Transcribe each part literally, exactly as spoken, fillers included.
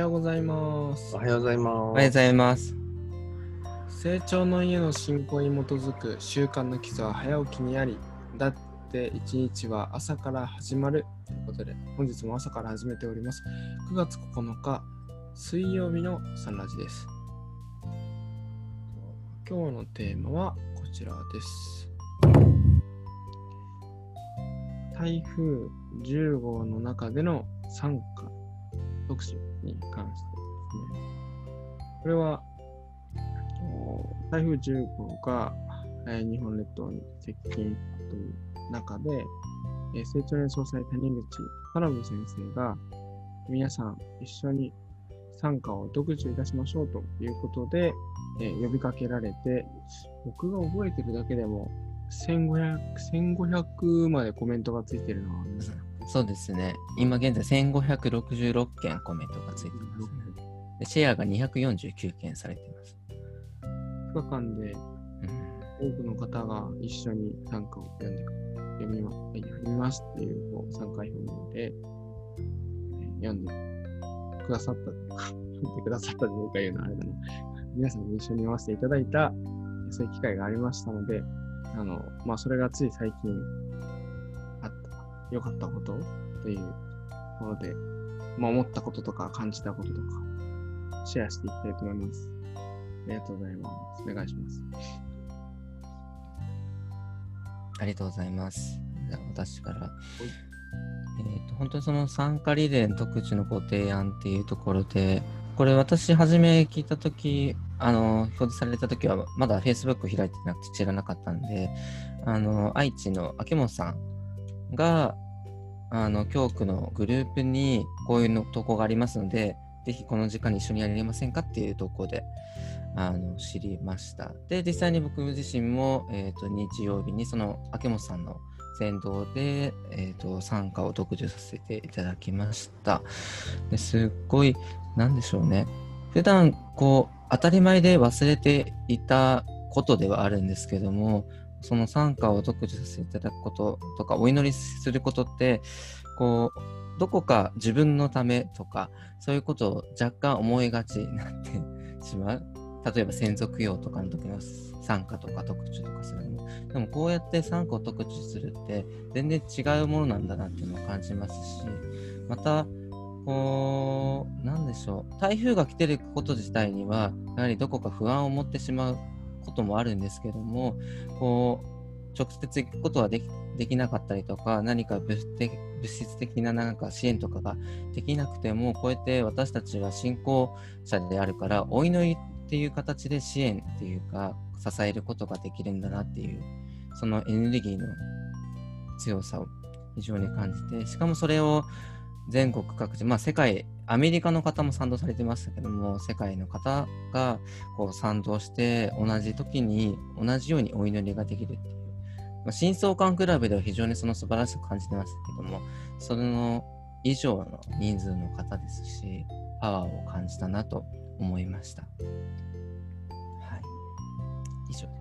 ようございます。 おはようございます。 おはようございます。 成長の家の信仰に基づく習慣の基礎は早起きにあり、だって一日は朝から始まるということで、本日も朝から始めております。くがつここのか水曜日のサンラジです。今日のテーマはこちらです。台風じゅうごうの中での参加特集に関してですね。これは台風じゅうごが、えー、日本列島に接近という中で、えー、成長年総裁谷口田辺先生が皆さん一緒に参加を独自いたしましょうということで、えー、呼びかけられて、僕が覚えてるだけでもせんごひゃく、せんごひゃくまでコメントがついてるのは、ね、 そうですね。今現在せんごひゃくろくじゅうろっけんコメントがついてますね。でシェアがにひゃくよんじゅうきゅうけんされています。 ふつかかんで多くの方が一緒に参加を読んで読みます、読みますっていうこう参加表明で、えー、読んでくださったというか、読んでくださったというか言うのはあれだな。皆さんに一緒に読ませていただいた、そういう機会がありましたので、あの、まあ、それがつい最近あった、良かったことというもので、まあ、思ったこととか感じたこととか、シェアしていきたいと思います。ありがとうございます。お願いします。 ありがとうございます。じゃあ私から、えーと、本当にその参加リレーの特需のご提案っていうところで、これ私初め聞いたとき、あの表示されたときはまだ Facebook 開いてなくて知らなかったんで、あの愛知の秋元さんがあの教区のグループにこういうの投稿がありますので、ぜひこの時間に一緒にやりませんかっていう投稿であの知りました。で、実際に僕自身も、えーと、日曜日にその秋元さんの先導で、えーと、参加を独自させていただきました。ですっごい、なんでしょうね。普段こう当たり前で忘れていたことではあるんですけども、その参加を独自させていただくこととか、お祈りすることって、こう、どこか自分のためとか、そういうことを若干思いがちになってしまう。例えば専属用とかの時の参加とか特注とかするの。でもこうやって参加を特注するって全然違うものなんだなっていうのを感じますし、また、こう、なんでしょう。台風が来てること自体には、やはりどこか不安を持ってしまうこともあるんですけども、こう、直接行くことはでき、できなかったりとか、何か物的、物質的ななんか支援とかができなくても、こうやって私たちは信仰者であるから、お祈りっていう形で支援っていうか、支えることができるんだなっていう、そのエネルギーの強さを非常に感じて、しかもそれを全国各地、まあ世界、アメリカの方も賛同されてましたけども、世界の方がこう賛同して、同じ時に同じようにお祈りができるっていう、まあ、新相関クラブでは非常にその素晴らしく感じてましたけども、その以上の人数の方ですし、パワーを感じたなと思いました。はい。以上です。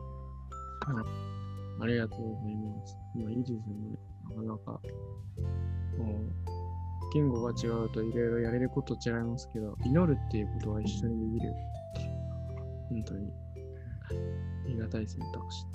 ありがとうございます。まあ、いいですよね。なかなか、もう、言語が違うといろいろやれること違いますけど、祈るっていうことは一緒にできる。本当に、ありがたい選択肢。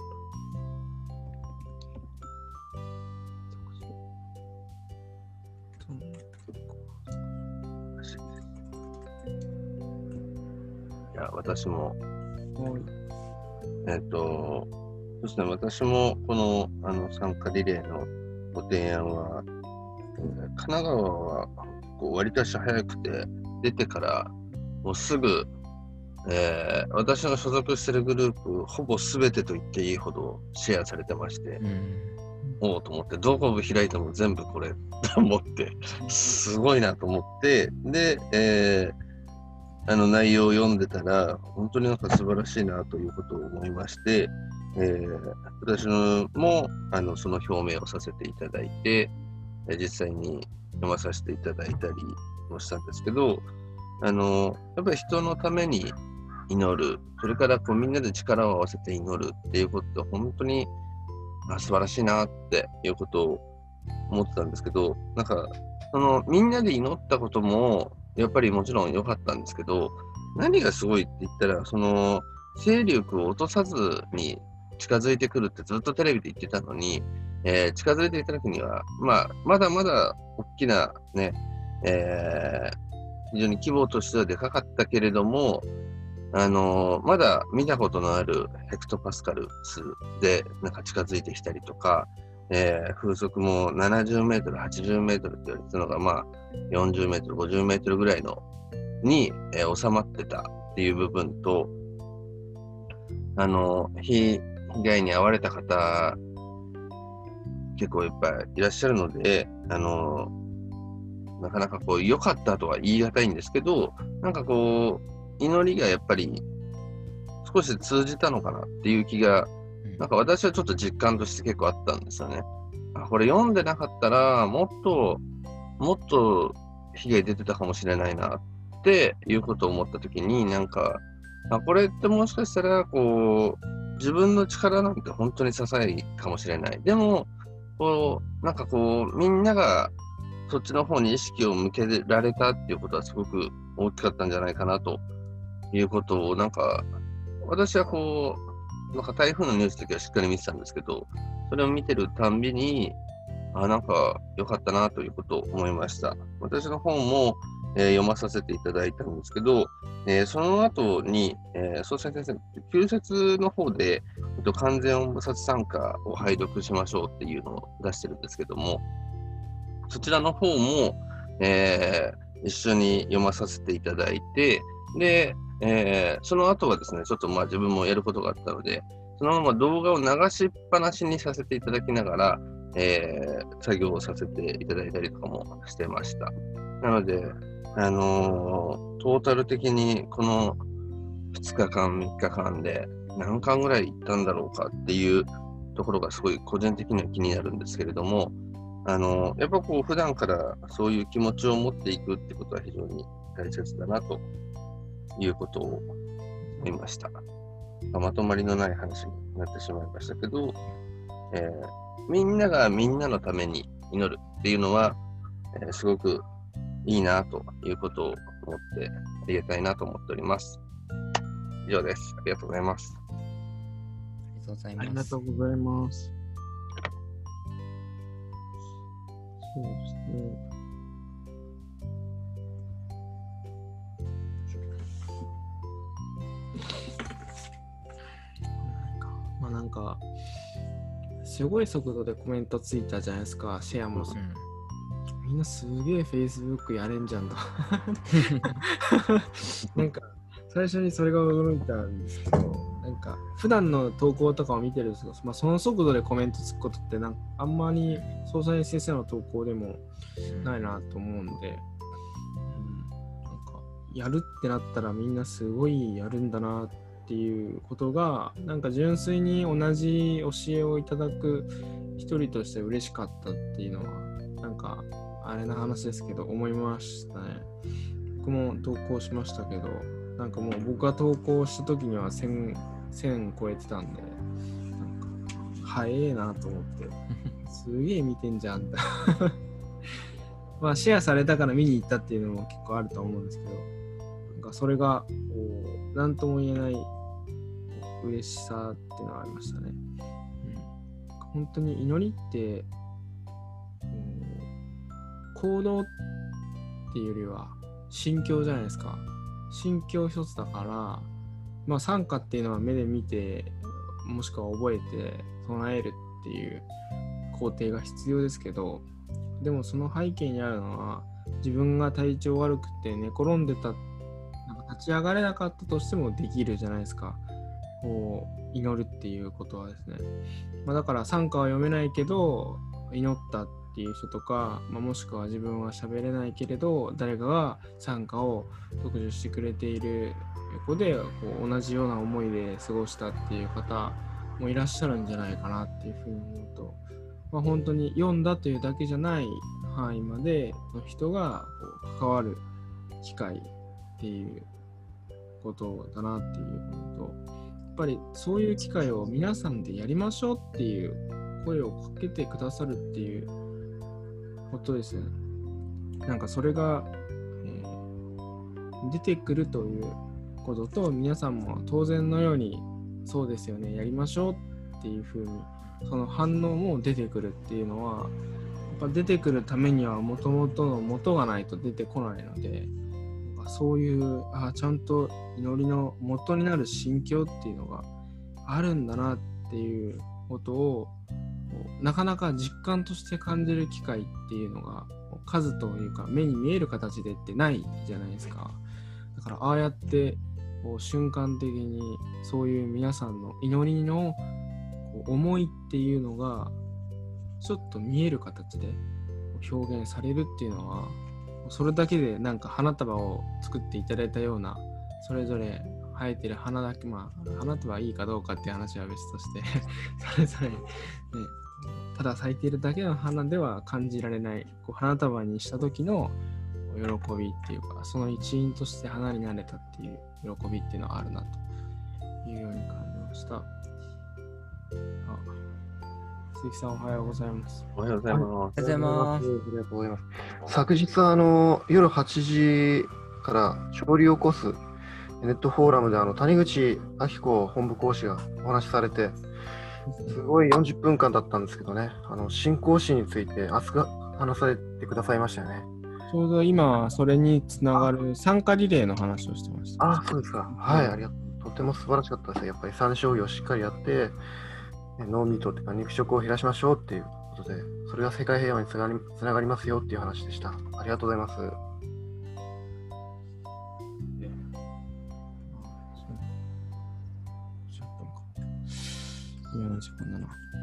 いや、私も、えっと、そうですね、私もこの、あの参加リレーのご提案は、えー、神奈川はこう割かし早くて、出てからもうすぐ、えー、私の所属しているグループ、ほぼ全てと言っていいほどシェアされてまして、うん、おうと思って、どこ部開いても全部これと思って、すごいなと思って、で、えーあの内容を読んでたら本当になんか素晴らしいなということを思いまして、えー、私もあのその表明をさせていただいて、実際に読まさせていただいたりもしたんですけど、あのやっぱり人のために祈る、それからこうみんなで力を合わせて祈るっていうことは本当にあ素晴らしいなっていうことを思ってたんですけど、なんかそのみんなで祈ったこともやっぱりもちろん良かったんですけど、何がすごいって言ったら、その、勢力を落とさずに近づいてくるってずっとテレビで言ってたのに、えー、近づいていた時には、まあ、まだまだ大きなね、えー、非常に規模としてはでかかったけれども、あのー、まだ見たことのあるヘクトパスカル数でなんか近づいてきたりとか、えー、風速もななじゅうメートル、はちじゅうメートルって言われてたのが、まあ、よんじゅうメートル、ごじゅうメートルぐらいのに、えー、収まってたっていう部分と、あのー、被害に遭われた方、結構いっぱいいらっしゃるので、あのー、なかなかこう、良かったとは言い難いんですけど、なんかこう、祈りがやっぱり少し通じたのかなっていう気が、なんか私はちょっと実感として結構あったんですよね。あ、これ読んでなかったら、もっと、もっと被害出てたかもしれないなっていうことを思ったときに、なんか、あ、これってもしかしたら、こう、自分の力なんて本当に些細かもしれない。でも、こう、なんかこう、みんながそっちの方に意識を向けられたっていうことはすごく大きかったんじゃないかなということを、なんか、私はこう、なんか台風のニュースの時はしっかり見てたんですけど、それを見てるたんびに、あ、なんか良かったなということを思いました。私の本も、えー、読まさせていただいたんですけど、えー、その後に、えー、総裁先生、旧説の方で、えっと、完全音菩薩参加を拝読しましょうっていうのを出してるんですけども、そちらの方も、えー、一緒に読まさせていただいて、で、えー、その後はですね、ちょっとまあ自分もやることがあったので、そのまま動画を流しっぱなしにさせていただきながら、えー、作業をさせていただいたりとかもしてました。なので、あのー、トータル的にこのふつかかん、みっかかんで何巻ぐらい行ったんだろうかっていうところがすごい個人的には気になるんですけれども、あのー、やっぱこう普段からそういう気持ちを持っていくってことは非常に大切だなということを思いました。まとまりのない話になってしまいましたけど、えー、みんながみんなのために祈るっていうのは、えー、すごくいいなということを思ってありがたいなと思っております。以上です。ありがとうございます。 ありがとうございます。 ありがとうございます。そうですね。まあなんか、すごい速度でコメントついたじゃないですか、シェアも。うん、みんなすげえ Facebook やれんじゃんと。なんか、最初にそれが驚いたんですけど、なんか、普段の投稿とかを見てるんですけど、まあ、その速度でコメントつくことってなんか、あんまり総裁先生の投稿でもないなと思うんで、うん、なんか、やるってなったらみんなすごいやるんだなって。っていうことがなんか純粋に同じ教えをいただく一人として嬉しかったっていうのはなんかあれな話ですけど思いましたね。僕も投稿しましたけどなんかもう僕が投稿した時にはせん超えてたんでなんか早えなと思ってすげえ見てんじゃんってまあシェアされたから見に行ったっていうのも結構あると思うんですけどなんかそれが何とも言えない嬉しさっていうのがありましたね。うん、本当に祈りって、うん、行動っていうよりは心境じゃないですか。心境一つだから、まあ参加っていうのは目で見てもしくは覚えて唱えるっていう工程が必要ですけど、でもその背景にあるのは自分が体調悪くて寝転んでた、なんか立ち上がれなかったとしてもできるじゃないですか。こう祈るっていうことはですね、まあ、だから賛歌は読めないけど祈ったっていう人とか、まあ、もしくは自分は喋れないけれど誰かが賛歌を特授してくれている横でこう同じような思いで過ごしたっていう方もいらっしゃるんじゃないかなっていうふうに思うと、まあ、本当に読んだというだけじゃない範囲までの人がこう関わる機会っていうことだなっていうことと、やっぱりそういう機会を皆さんでやりましょうっていう声をかけてくださるっていうことですね。なんかそれが、えー、 出てくるということと、皆さんも当然のようにそうですよね、やりましょうっていうふうにその反応も出てくるっていうのは、やっぱ出てくるためにはもともとの元がないと出てこないので、なんかそういうあちゃんと祈りの元になる心境っていうのがあるんだなっていうことをなかなか実感として感じる機会っていうのが数というか目に見える形でってないじゃないですか。だからああやってこう瞬間的にそういう皆さんの祈りのこう思いっていうのがちょっと見える形で表現されるっていうのは、それだけでなんか花束を作っていただいたような、それぞれ生えてる花だけ、まあ花束いいかどうかっていう話は別としてそれぞれ、ね、ただ咲いているだけの花では感じられないこう花束にした時の喜びっていうか、その一員として花になれたっていう喜びっていうのはあるなというように感じました。あ、鈴木さんおはようございます。 おはようございます。 おはようございます。 ありがとうございます。昨日あの夜はちじから潮流を起こすネットフォーラムであの谷口明子本部講師がお話しされて、すごいよんじゅっぷんかんだったんですけどね、あの信仰心について熱く話されてくださいましたよね。 ちょうど今それにつながる参加リレーの話をしてました。 あ、そうですか。はい、ありがとう。とても素晴らしかったです。やっぱり三商業をしっかりやって、脳ミートっていうか肉食を減らしましょうっていうことで、それが世界平和につながり、つながりますよっていう話でした。ありがとうございます。 今の時間だな。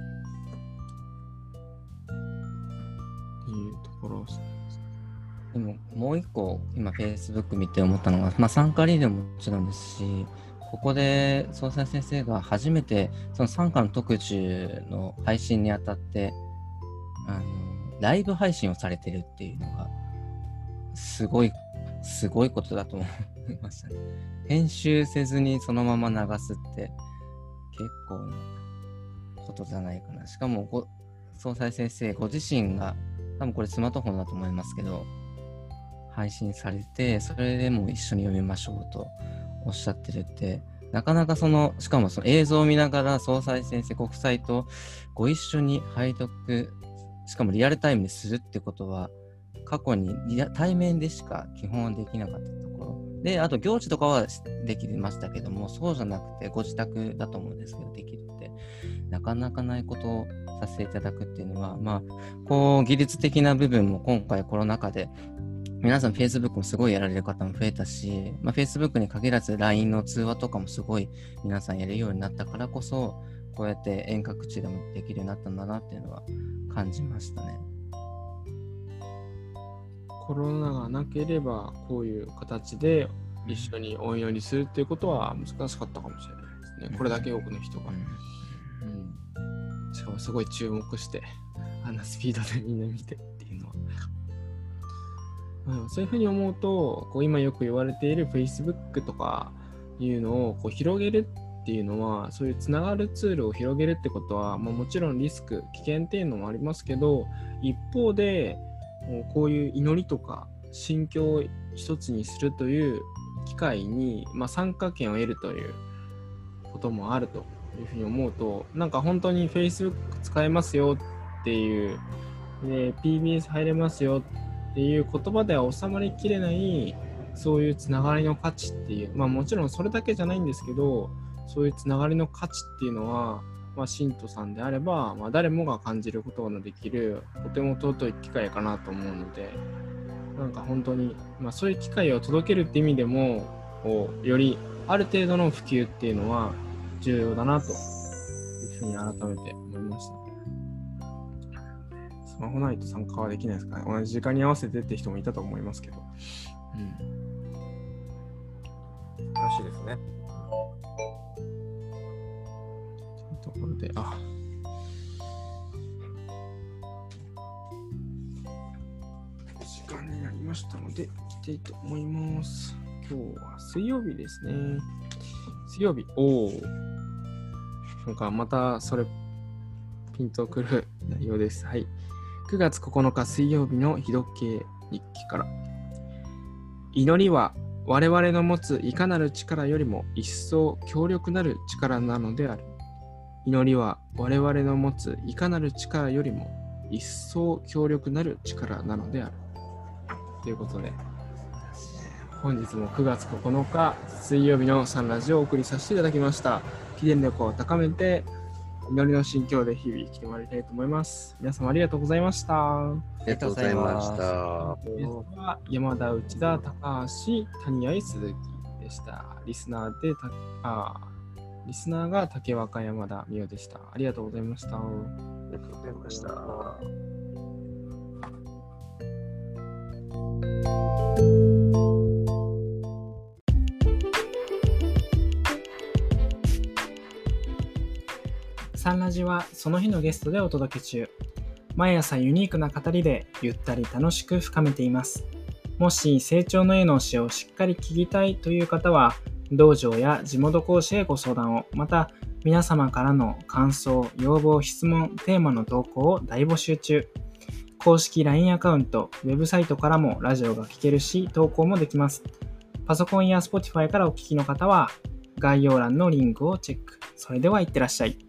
っていうところですね。 でももう一個今 Facebook 見て思ったのが、まあ、参加リレーももちろんですし、ここで総裁先生が初めてその参加の特需の配信にあたってあのライブ配信をされてるっていうのがすごいすごいことだと思いましたね。編集せずにそのまま流すって結構なことじゃないかな。しかもご総裁先生ご自身が多分これスマートフォンだと思いますけど配信されて、それでも一緒に読みましょうとおっしゃってるって、なかなかそのしかもその映像を見ながら総裁先生ご夫妻とご一緒に拝読、しかもリアルタイムでするってことは過去にリア対面でしか基本はできなかったところで、あと行事とかはできましたけども、そうじゃなくてご自宅だと思うんですけどできるってなかなかないことをさせていただくっていうのは、まあこう技術的な部分も今回コロナ禍で皆さん Facebook もすごいやられる方も増えたし、まあ、Facebook に限らず ライン の通話とかもすごい皆さんやるようになったからこそ、こうやって遠隔地でもできるようになったんだなっていうのは感じましたね。 コロナがなければこういう形で一緒にお祈りするっていうことは難しかったかもしれないですね。これだけ多くの人が、うんうん、しかもすごい注目してあんなスピードでみんな見てっていうのは、うん、そういうふうに思うと、こう今よく言われている Facebook とかいうのをこう広げるっていうのは、そういうつながるツールを広げるってことは、まあ、もちろんリスク危険っていうのもありますけど、一方でこういう祈りとか心境を一つにするという機会に、まあ、参加権を得るということもあるというふうに思うと、なんか本当に Facebook 使えますよっていう、で ピービーエス 入れますよっていう言葉では収まりきれない、そういうつながりの価値っていう、まあもちろんそれだけじゃないんですけど、そういうつながりの価値っていうのは、まあ、信徒さんであれば、まあ、誰もが感じることができるとても尊い機会かなと思うので、なんか本当に、まあ、そういう機会を届けるって意味でも、こうよりある程度の普及っていうのは重要だなというふうに改めて思いました。スマホないと参加はできないですかね。同じ時間に合わせてって人もいたと思いますけど。うん。 楽しいですね。 というところで、あ。時間になりましたので、いきたいと思います。今日は水曜日ですね。水曜日、おお。なんかまたそれ、ピンとくる内容です。はい。くがつここのか水曜日の日時計日記から。祈りは我々の持ついかなる力よりも一層強力なる力なのである。祈りは我々の持ついかなる力よりも一層強力なる力なのである。ということで、本日もくがつここのか水曜日のサンラジをお送りさせていただきました。記念力を高めて祈りの心境で日々生きてまいりたいと思います。皆様ありがとうございました。 ありがとうございました。 ゲストは山田、内田、高橋、谷合、鈴木でした。リスナーでたあリスナーが竹若山田美代でした。ありがとうございました。 ありがとうございました。 サンラジはその日のゲストでお届け中。毎朝ユニークな語りでゆったり楽しく深めています。もし成長の絵の教えをしっかり聞きたいという方は、道場や地元講師へご相談を、また皆様からの感想、要望、質問、テーマの投稿を大募集中。公式 ライン アカウント、ウェブサイトからもラジオが聞けるし、投稿もできます。パソコンや Spotify からお聞きの方は、概要欄のリンクをチェック。それではいってらっしゃい。